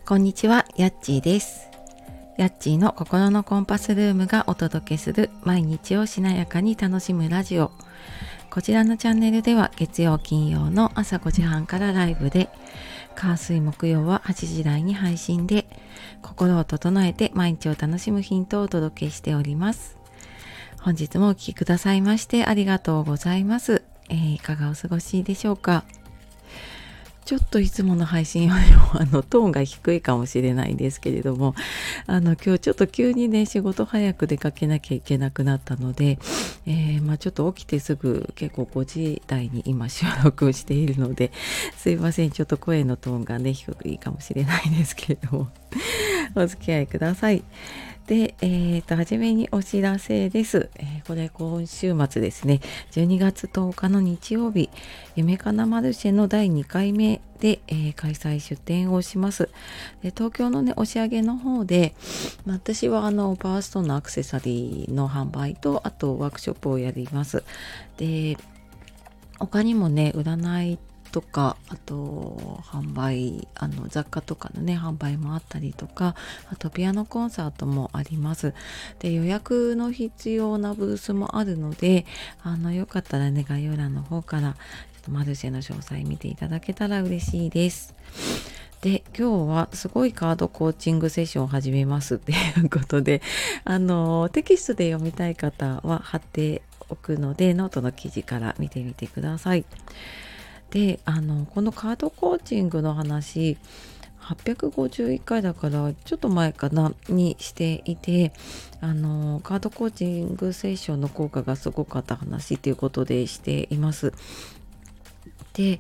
こんにちは、やっちーです。やっちーの心のコンパスルームがお届けする毎日をしなやかに楽しむラジオ。こちらのチャンネルでは月曜金曜の朝5時半からライブで、火水木曜は8時台に配信で、心を整えて毎日を楽しむヒントをお届けしております。本日もお聞きくださいましてありがとうございます。いかがお過ごしでしょうか。ちょっといつもの配信よりもトーンが低いかもしれないですけれども、今日ちょっと急にね仕事早く出かけなきゃいけなくなったので、ちょっと起きてすぐ結構5時台に今収録しているので、すいません、ちょっと声のトーンがね低いかもしれないですけれどもお付き合いください。で、初めにお知らせです。これ今週末ですね、12月10日の日曜日、夢かなマルシェの第2回目で、開催出展をします。で、東京のね、押上の方で、私はパワーストーンのアクセサリーの販売と、あとワークショップをやります。で、他にもね、占いとか、あと販売、雑貨とかのね販売もあったりとか、あとピアノコンサートもあります。で、予約の必要なブースもあるので、よかったらね概要欄の方からマルシェの詳細見ていただけたら嬉しいです。で、今日はすごいカードコーチングセッションを始めますっていうことで、テキストで読みたい方は貼っておくので、ノートの記事から見てみてください。で、このカードコーチングの話、851回だからちょっと前かなにしていて、カードコーチングセッションの効果がすごかった話っていうことでしています。で、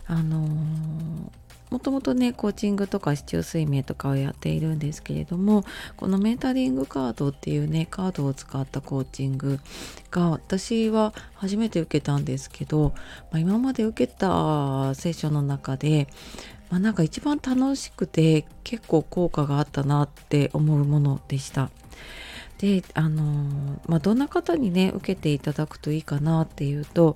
もともとねコーチングとか市中睡眠とかをやっているんですけれども、このメンタリングカードっていうねカードを使ったコーチングが私は初めて受けたんですけど、今まで受けたセッションの中で、なんか一番楽しくて結構効果があったなって思うものでした。で、どんな方にね受けていただくといいかなっていうと、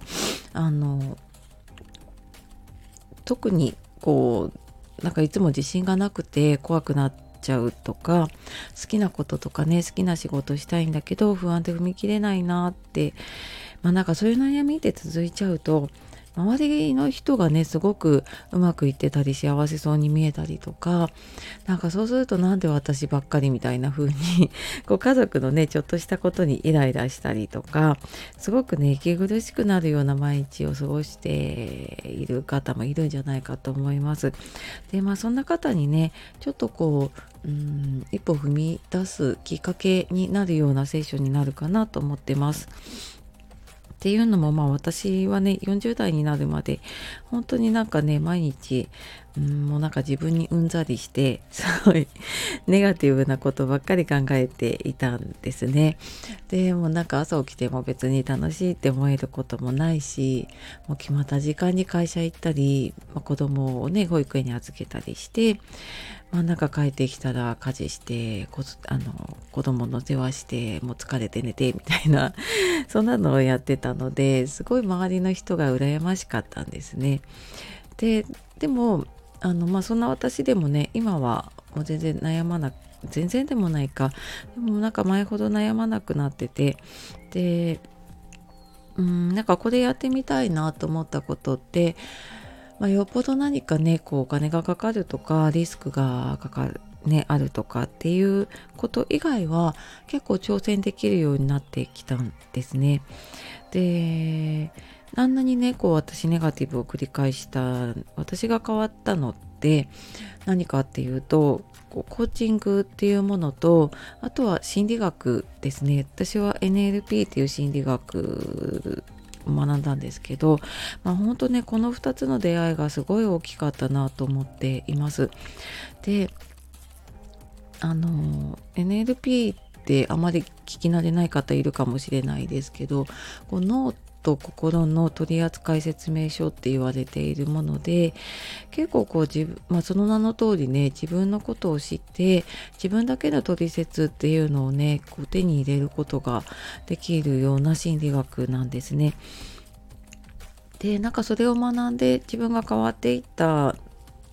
特になんかいつも自信がなくて怖くなっちゃうとか、好きなこととかね好きな仕事したいんだけど不安で踏み切れないなって、なんかそういう悩みで続いちゃうと、周りの人がねすごくうまくいってたり幸せそうに見えたりとか、なんかそうするとなんで私ばっかりみたいな風に家族のねちょっとしたことにイライラしたりとか、すごくね息苦しくなるような毎日を過ごしている方もいるんじゃないかと思います。で、そんな方にねちょっと一歩踏み出すきっかけになるようなセッションになるかなと思ってます。っていうのも私はね40代になるまで本当になんかね毎日もうなんか自分にうんざりしてすごいネガティブなことばっかり考えていたんですね。でもなんか朝起きても別に楽しいって思えることもないし、もう決まった時間に会社行ったり、子供をね保育園に預けたりして、なんか帰ってきたら家事して子供の世話してもう疲れて寝てみたいなそんなのをやってたので、すごい周りの人が羨ましかったんですね。でもそんな私でもね今はもう全然全然でもないか、でもなんか前ほど悩まなくなってて、でなんかこれやってみたいなと思ったことって、よっぽど何かねお金がかかるとかリスクがかかるねあるとかっていうこと以外は結構挑戦できるようになってきたんですね。で、あんなにね私ネガティブを繰り返した私が変わったのって何かっていうと、コーチングっていうものと、あとは心理学ですね。私は NLP っていう心理学学んだんですけど、本当ねこの2つの出会いがすごい大きかったなと思っています。で、NLP ってあまり聞き慣れない方いるかもしれないですけど、脳と心の取扱説明書って言われているもので、結構その名の通りね自分のことを知って自分だけの取説っていうのをね手に入れることができるような心理学なんですね。で、なんかそれを学んで自分が変わっていった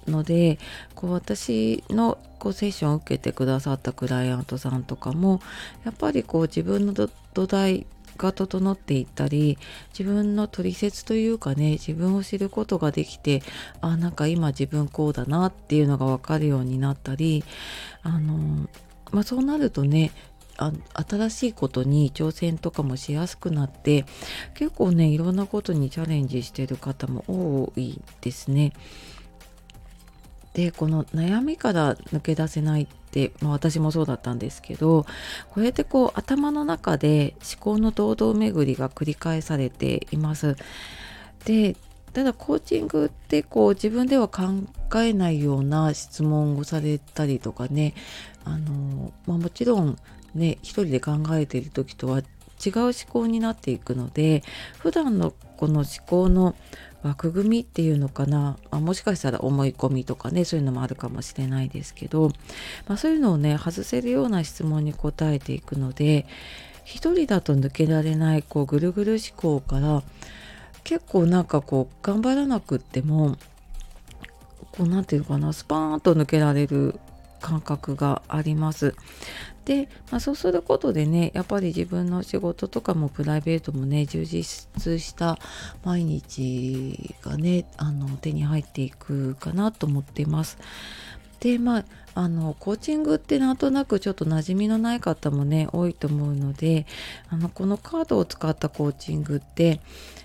ので、私のセッションを受けてくださったクライアントさんとかもやっぱり自分の土台が整っていったり、自分の取説というかね、自分を知ることができて、なんか今自分こうだなっていうのが分かるようになったり、そうなるとね、新しいことに挑戦とかもしやすくなって、結構ねいろんなことにチャレンジしている方も多いですね。で、この悩みから抜け出せないって、私もそうだったんですけど、これって頭の中で思考の堂々巡りが繰り返されています。で、ただコーチングって自分では考えないような質問をされたりとかね、もちろんね、一人で考えている時とは違う思考になっていくので、普段のこの思考の枠組みっていうのかな、もしかしたら思い込みとかね、そういうのもあるかもしれないですけど、そういうのをね外せるような質問に答えていくので、一人だと抜けられないぐるぐる思考から、結構なんか頑張らなくってもなんていうかな、スパーンと抜けられる感覚があります。で、そうすることでね、やっぱり自分の仕事とかもプライベートもね、充実した毎日がね、手に入っていくかなと思っています。で、コーチングってなんとなくちょっと馴染みのない方もね、多いと思うので、このカードを使ったコーチングって、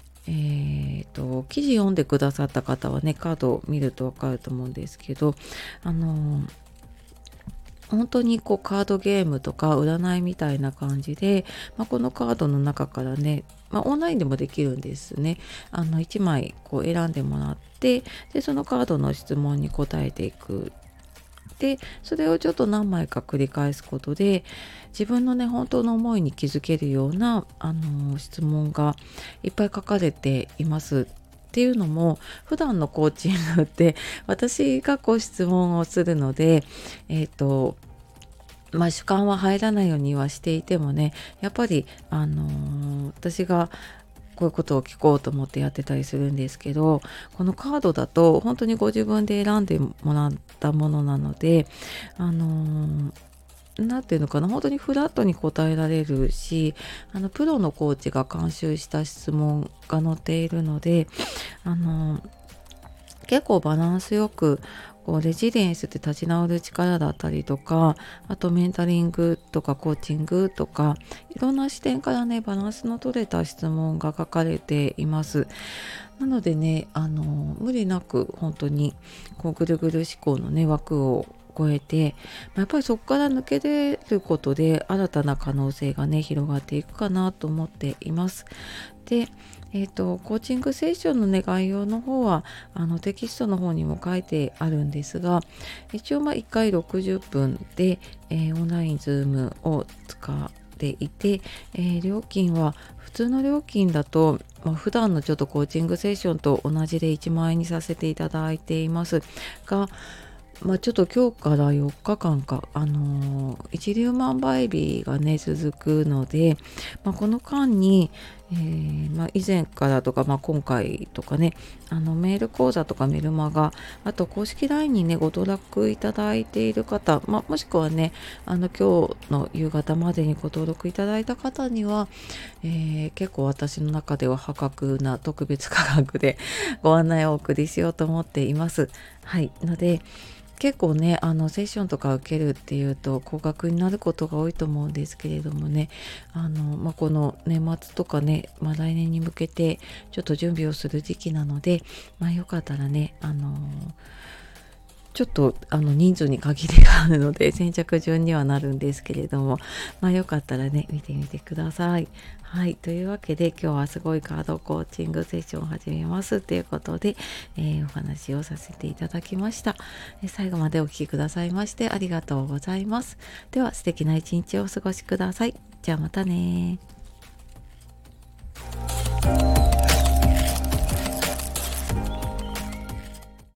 記事読んでくださった方はね、カードを見るとわかると思うんですけど、本当にカードゲームとか占いみたいな感じで、このカードの中からね、オンラインでもできるんですね。1枚選んでもらって、でそのカードの質問に答えていく。でそれをちょっと何枚か繰り返すことで、自分のね本当の思いに気づけるような質問がいっぱい書かれています。っていうのも、普段のコーチングって私が質問をするので、主観は入らないようにはしていてもね、やっぱり私がこういうことを聞こうと思ってやってたりするんですけど、このカードだと本当にご自分で選んでもらったものなので、なんていうのかな、本当にフラットに答えられるし、プロのコーチが監修した質問が載っているので、結構バランスよく、レジリエンスって立ち直る力だったりとか、あとメンタリングとかコーチングとか、いろんな視点からねバランスの取れた質問が書かれています。なのでね、無理なく本当にぐるぐる思考のね枠を超えて、やっぱりそこから抜け出ることで新たな可能性がね広がっていくかなと思っています。で、コーチングセッションのね概要の方はテキストの方にも書いてあるんですが、一応1回60分で、オンラインズームを使っていて、料金は普通の料金だと、普段のちょっとコーチングセッションと同じで1万円にさせていただいていますが、ちょっと今日から4日間か、一粒万倍日がね続くので、この間に、以前からとか、今回とかね、メール講座とかメルマガ、あと公式 LINE にねご登録いただいている方、もしくはね今日の夕方までにご登録いただいた方には、結構私の中では破格な特別価格でご案内をお送りしようと思っています。はいので、結構ねセッションとか受けるっていうと高額になることが多いと思うんですけれどもね、この年末とかね、来年に向けてちょっと準備をする時期なので、よかったらねちょっと人数に限りがあるので先着順にはなるんですけれども、よかったらね見てみてください。はい、というわけで今日はすごいカードコーチングセッションを始めますということで、お話をさせていただきました。最後までお聞きくださいましてありがとうございます。では素敵な一日をお過ごしください。じゃあまたね。